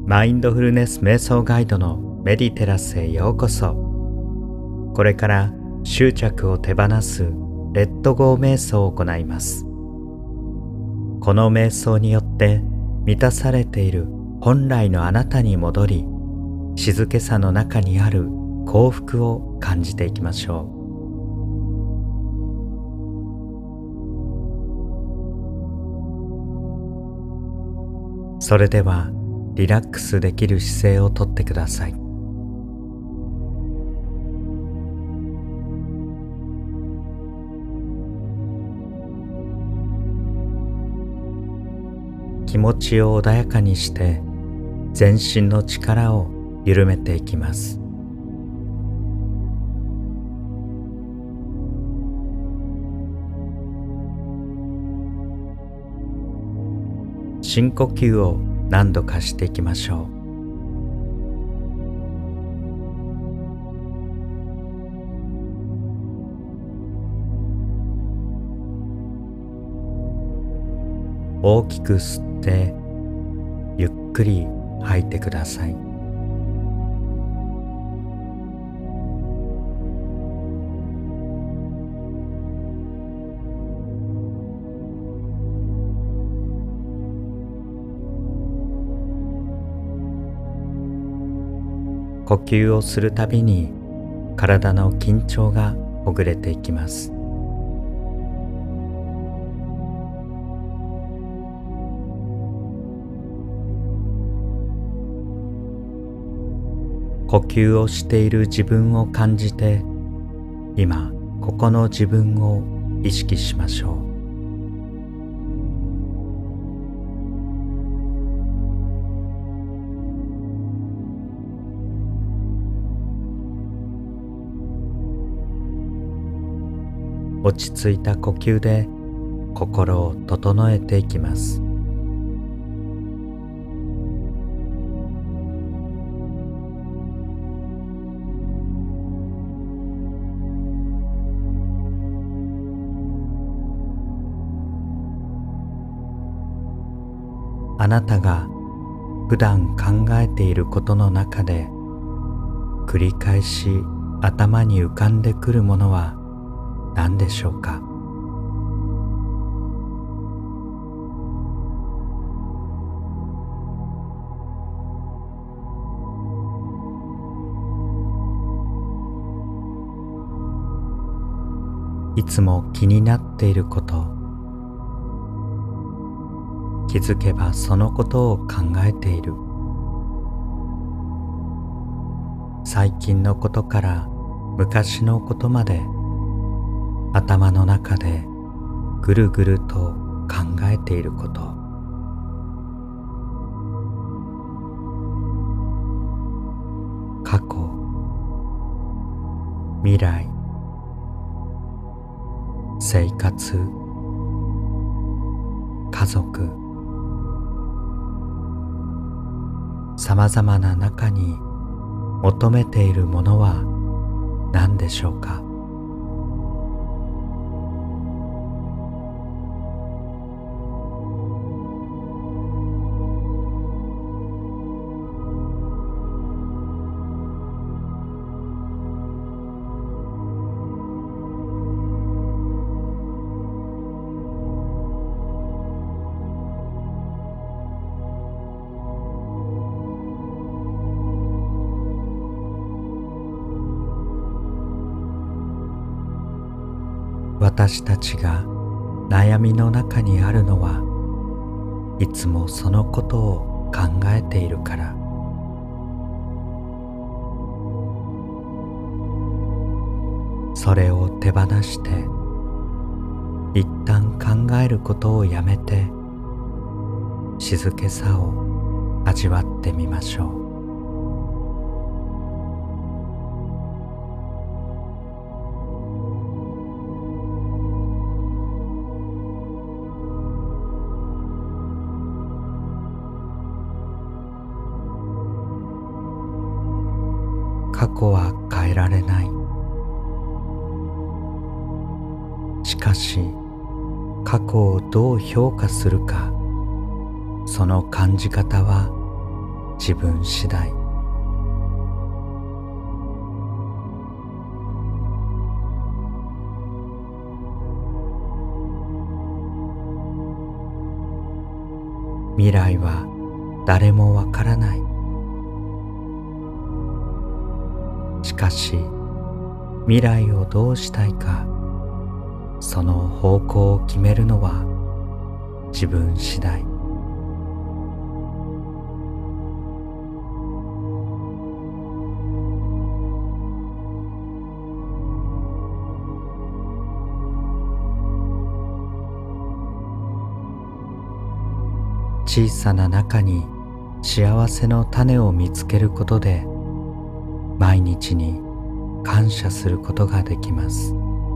マインドフルネス瞑想ガイドのメディテラスへようこそ。これから執着を手放すレッドゴー瞑想を行います。この瞑想によって満たされている本来のあなたに戻り、静けさの中にある幸福を感じていきましょう。それではリラックスできる姿勢をとってください。気持ちを穏やかにして全身の力を緩めていきます。深呼吸を何度かしていきましょう。大きく吸ってゆっくり吐いてください。呼吸をするたびに体の緊張がほぐれていきます。呼吸をしている自分を感じて、今ここの自分を意識しましょう。落ち着いた呼吸で心を整えていきます。あなたが普段考えていることの中で繰り返し頭に浮かんでくるものは何でしょうか。いつも気になっていること、気づけばそのことを考えている。最近のことから昔のことまで頭の中でぐるぐると考えていること、過去、未来、生活、家族、さまざまな中に求めているものは何でしょうか。私たちが悩みの中にあるのはいつもそのことを考えているから。それを手放して一旦考えることをやめて静けさを味わってみましょう。過去は変えられない。しかし過去をどう評価するか、その感じ方は自分次第。未来は誰もわからない。しかし未来をどうしたいか、その方向を決めるのは自分次第。小さな中に幸せの種を見つけることで、毎日に感謝することができます。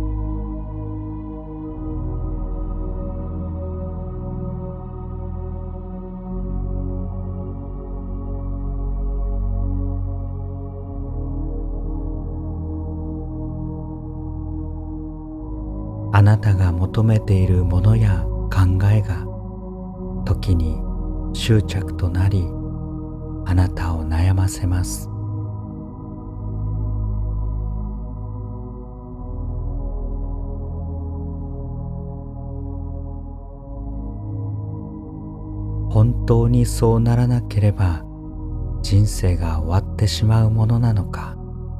あなたが求めているものや考えが時に執着となり、あなたを悩ませます。本当にそうならなければ人生が終わってしまうものなのか。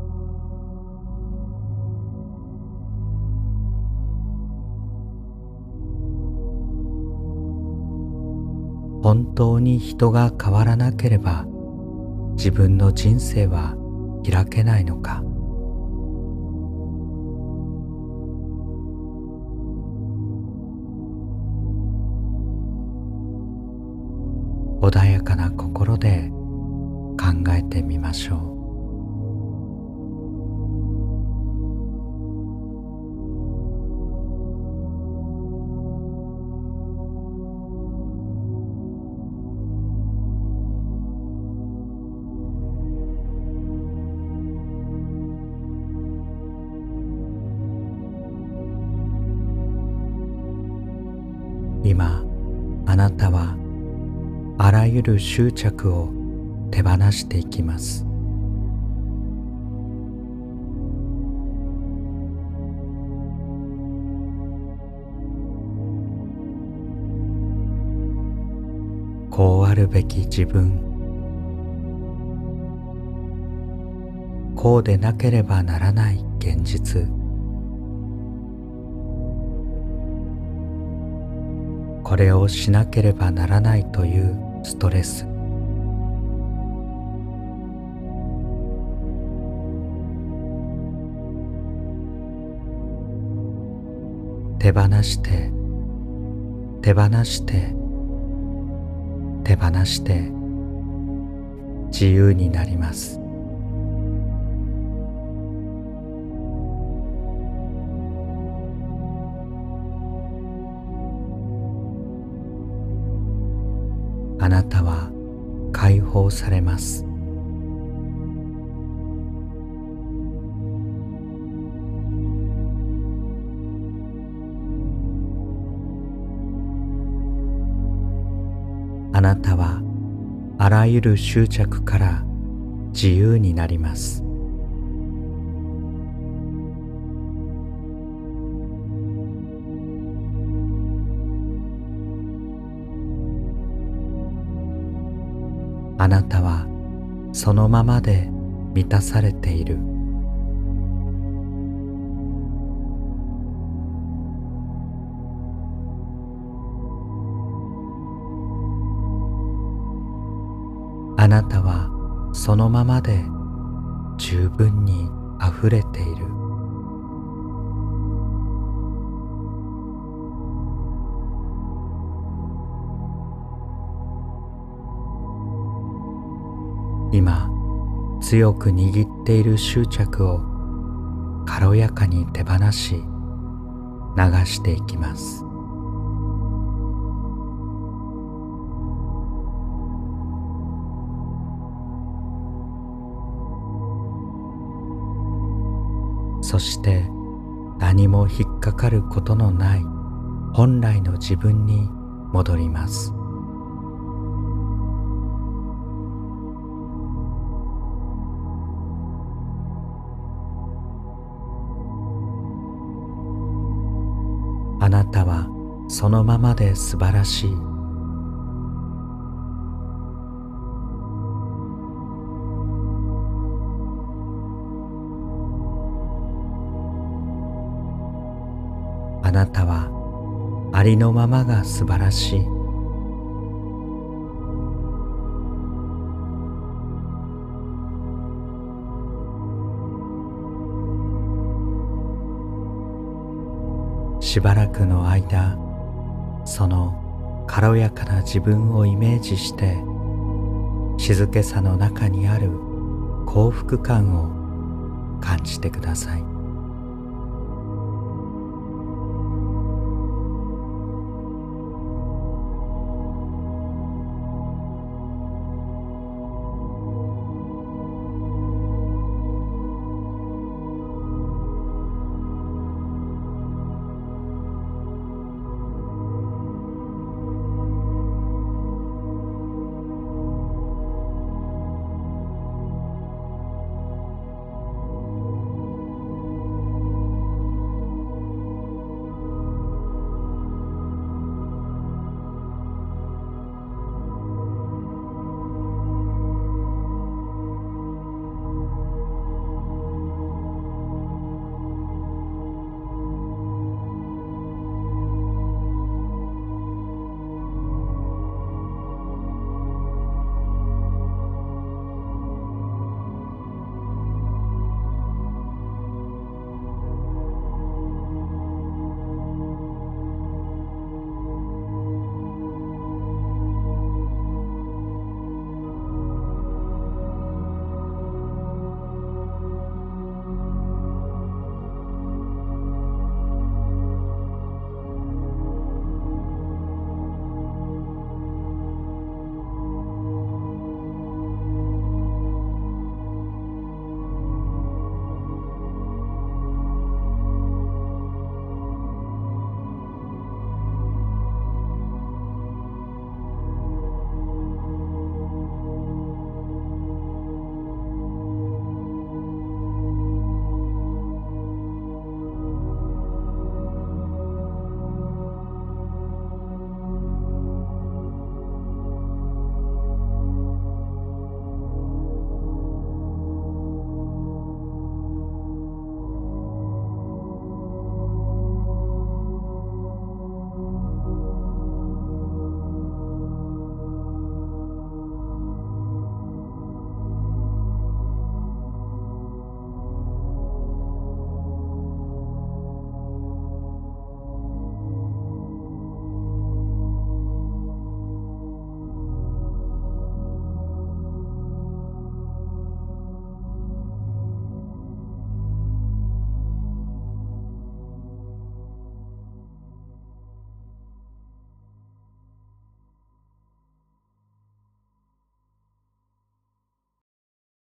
本当に人が変わらなければ自分の人生は開けないのか。穏やかな心で考えてみましょう。今あなたはあらゆる執着を手放していきます。こうあるべき自分、こうでなければならない現実、これをしなければならないというストレス、手放して手放して手放して自由になります。あなたは解放されます。あなたはあらゆる執着から自由になります。あなたはそのままで満たされている。あなたはそのままで十分にあふれている。今強く握っている執着を軽やかに手放し流していきます。そして何も引っかかることのない本来の自分に戻ります。 そのままで素晴らしい。あなたはありのままが素晴らしい。しばらくの間、その軽やかな自分をイメージして、静けさの中にある幸福感を感じてください。